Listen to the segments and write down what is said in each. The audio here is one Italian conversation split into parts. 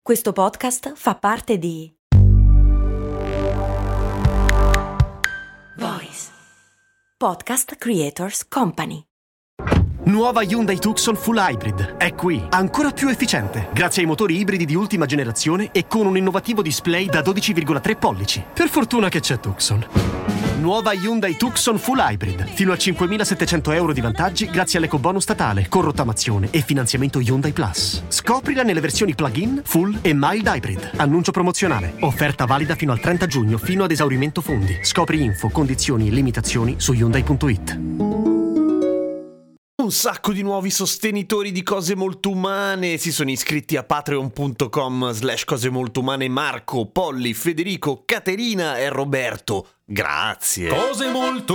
Questo podcast fa parte di Voice Podcast Creators Company. Nuova Hyundai Tucson Full Hybrid è qui, ancora più efficiente, grazie ai motori ibridi di ultima generazione e con un innovativo display da 12,3 pollici. Per fortuna che c'è Tucson. Nuova Hyundai Tucson Full Hybrid, fino a 5.700 euro di vantaggi grazie all'ecobonus statale, con rottamazione e finanziamento Hyundai Plus. Scoprila nelle versioni plug-in, full e mild hybrid. Annuncio promozionale. Offerta valida fino al 30 giugno, fino ad esaurimento fondi. Scopri info, condizioni e limitazioni su Hyundai.it. Un sacco di nuovi sostenitori di Cose Molto Umane si sono iscritti a patreon.com/Cose Molto Umane. Marco, Polly, Federico, Caterina e Roberto. Grazie. Cose molto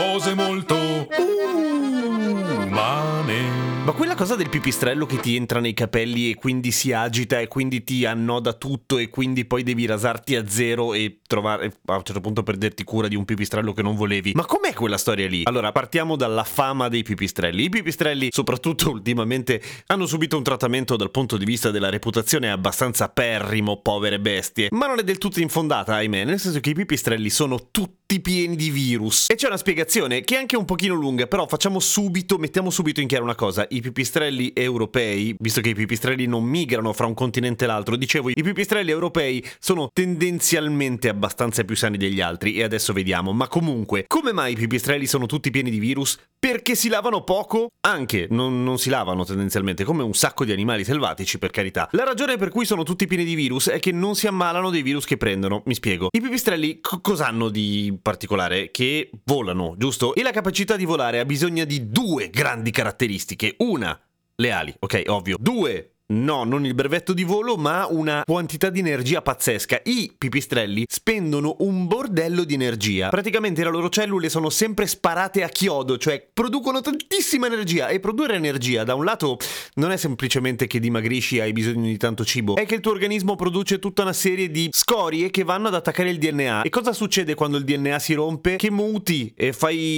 umane. Ma quella cosa del pipistrello che ti entra nei capelli e quindi si agita e quindi ti annoda tutto e quindi poi devi rasarti a zero e trovare, a un certo punto, prenderti cura di un pipistrello che non volevi. Ma com'è quella storia lì? Allora, partiamo dalla fama dei pipistrelli. I pipistrelli, soprattutto ultimamente, hanno subito un trattamento dal punto di vista della reputazione abbastanza perrimo, povere bestie. Ma non è del tutto infondata, ahimè, nel senso che i pipistrelli sono tutti pieni di virus. E c'è una spiegazione che è anche un pochino lunga, però mettiamo subito in chiaro una cosa. I pipistrelli europei, visto che i pipistrelli non migrano fra un continente e l'altro, dicevo, i pipistrelli europei sono tendenzialmente abbastanza più sani degli altri, e adesso vediamo. Ma comunque, come mai i pipistrelli sono tutti pieni di virus? Perché si lavano poco? Anche, non si lavano tendenzialmente, come un sacco di animali selvatici, per carità. La ragione per cui sono tutti pieni di virus è che non si ammalano dei virus che prendono. Mi spiego. I pipistrelli cosa hanno di particolare? Che volano, giusto? E la capacità di volare ha bisogno di due grandi caratteristiche. Una, le ali, ok, ovvio. Due, no, non il brevetto di volo, ma una quantità di energia pazzesca. I pipistrelli spendono un bordello di energia. Praticamente le loro cellule sono sempre sparate a chiodo, cioè producono tantissima energia. E produrre energia, da un lato, non è semplicemente che dimagrisci e hai bisogno di tanto cibo, è che il tuo organismo produce tutta una serie di scorie che vanno ad attaccare il DNA. E cosa succede quando il DNA si rompe? Che muti e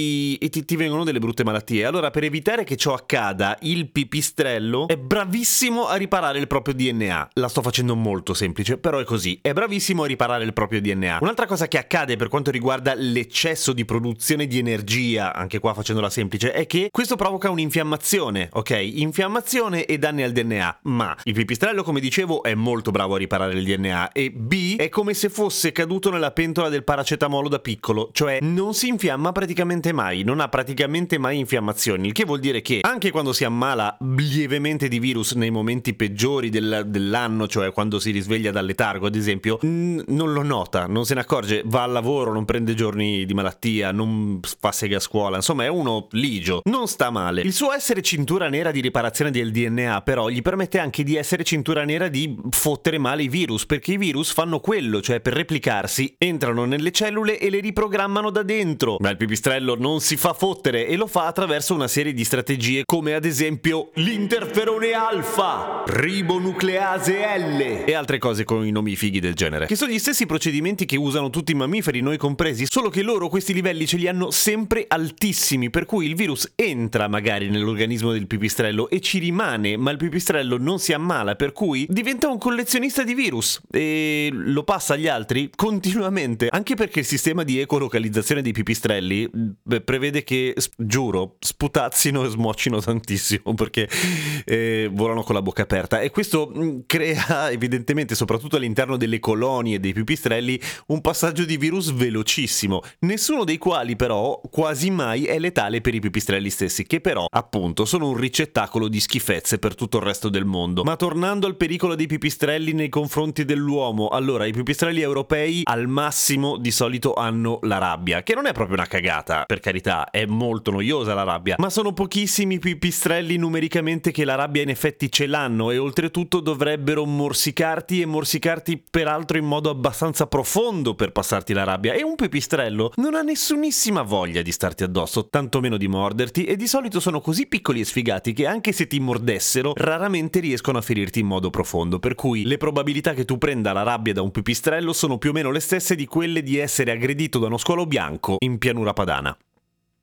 ti vengono delle brutte malattie. Allora, per evitare che ciò accada, il pipistrello è bravissimo a riparare il proprio DNA. La sto facendo molto semplice, però è così. È bravissimo a riparare il proprio DNA. Un'altra cosa che accade per quanto riguarda l'eccesso di produzione di energia, anche qua facendola semplice, è che questo provoca un'infiammazione, ok? Infiammazione e danni al DNA. Ma il pipistrello, come dicevo, è molto bravo a riparare il DNA, e B, è come se fosse caduto nella pentola del paracetamolo da piccolo, cioè non si infiamma praticamente mai, non ha praticamente mai infiammazioni, il che vuol dire che anche quando si ammala lievemente di virus nei momenti peggiori dell'anno, cioè quando si risveglia dal letargo ad esempio, non lo nota, non se ne accorge, va al lavoro, non prende giorni di malattia, non fa seghe a scuola, insomma è uno ligio, non sta male. Il suo essere cintura nera di riparazione del DNA però gli permette anche di essere cintura nera di fottere male i virus, perché i virus fanno quello, cioè per replicarsi entrano nelle cellule e le riprogrammano da dentro. Ma il pipistrello non si fa fottere e lo fa attraverso una serie di strategie, come ad esempio l'interferone alfa, ribonuclease L e altre cose con i nomi fighi del genere, che sono gli stessi procedimenti che usano tutti i mammiferi, noi compresi, solo che loro questi livelli ce li hanno sempre altissimi, per cui il virus entra magari nell'organismo del pipistrello e ci rimane, ma il pipistrello non si ammala, per cui diventa un collezionista di virus e lo passa agli altri continuamente, anche perché il sistema di ecolocalizzazione dei pipistrelli prevede che, giuro, sputazzino e smoccino tantissimo, perché volano con la bocca aperta, e questo crea evidentemente, soprattutto all'interno delle colonie dei pipistrelli, un passaggio di virus velocissimo, nessuno dei quali però quasi mai è letale per i pipistrelli stessi, che però appunto sono un ricettacolo di schifezze per tutto il resto del mondo. Ma tornando al pericolo dei pipistrelli nei confronti dell'uomo, allora i pipistrelli europei al massimo di solito hanno la rabbia, che non è proprio una cagata, per carità, è molto noiosa la rabbia, ma sono pochissimi pipistrelli numericamente che la rabbia in effetti ce l'hanno, e oltretutto dovrebbero morsicarti peraltro in modo abbastanza profondo per passarti la rabbia, e un pipistrello non ha nessunissima voglia di starti addosso, tantomeno di morderti, e di solito sono così piccoli e sfigati che anche se ti mordessero raramente riescono a ferirti in modo profondo, per cui le probabilità che tu prenda la rabbia da un pipistrello sono più o meno le stesse di quelle di essere aggredito da uno squalo bianco in pianura padana.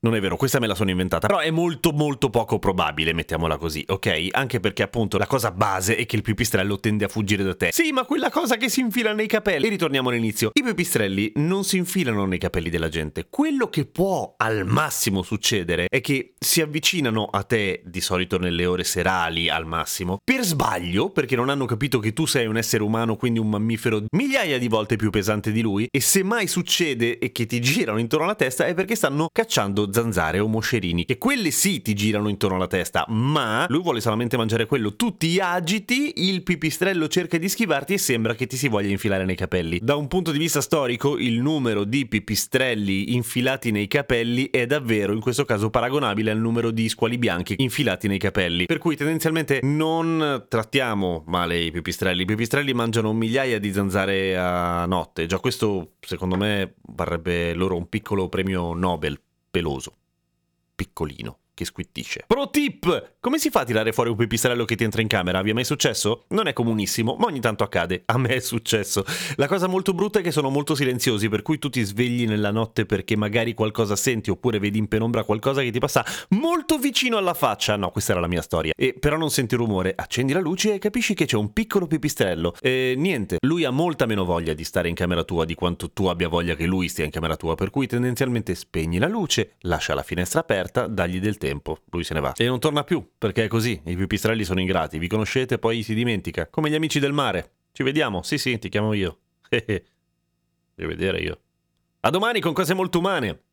non è vero, questa me la sono inventata, però è molto molto poco probabile, mettiamola così, ok? Anche perché appunto la cosa base è che il pipistrello tende a fuggire da te. Sì, ma quella cosa che si infila nei capelli. E ritorniamo all'inizio. I pipistrelli non si infilano nei capelli della gente. Quello che può al massimo succedere è che si avvicinano a te, di solito nelle ore serali al massimo, per sbaglio, perché non hanno capito che tu sei un essere umano, quindi un mammifero migliaia di volte più pesante di lui, e se mai succede e che ti girano intorno alla testa è perché stanno cacciando zanzare o moscerini, che quelle sì ti girano intorno alla testa, ma lui vuole solamente mangiare quello. Tu ti agiti, il pipistrello cerca di schivarti e sembra che ti si voglia infilare nei capelli. Da un punto di vista storico, il numero di pipistrelli infilati nei capelli è davvero, in questo caso, paragonabile al numero di squali bianchi infilati nei capelli. Per cui tendenzialmente non trattiamo male i pipistrelli. I pipistrelli mangiano migliaia di zanzare a notte. Già questo, secondo me, varrebbe loro un piccolo premio Nobel peloso. Piccolino. Che squittisce. Pro tip! Come si fa a tirare fuori un pipistrello che ti entra in camera? Vi è mai successo? Non è comunissimo, ma ogni tanto accade. A me è successo. La cosa molto brutta è che sono molto silenziosi, per cui tu ti svegli nella notte perché magari qualcosa senti, oppure vedi in penombra qualcosa che ti passa molto vicino alla faccia. No, questa era la mia storia. E però non senti rumore, accendi la luce e capisci che c'è un piccolo pipistrello. E niente, lui ha molta meno voglia di stare in camera tua di quanto tu abbia voglia che lui stia in camera tua, per cui tendenzialmente spegni la luce, lascia la finestra aperta, dagli del tempo, lui se ne va. E non torna più, perché è così, i pipistrelli sono ingrati, vi conoscete, poi si dimentica, come gli amici del mare. Ci vediamo? Sì, ti chiamo io. Devi vedere io. A domani con cose molto umane.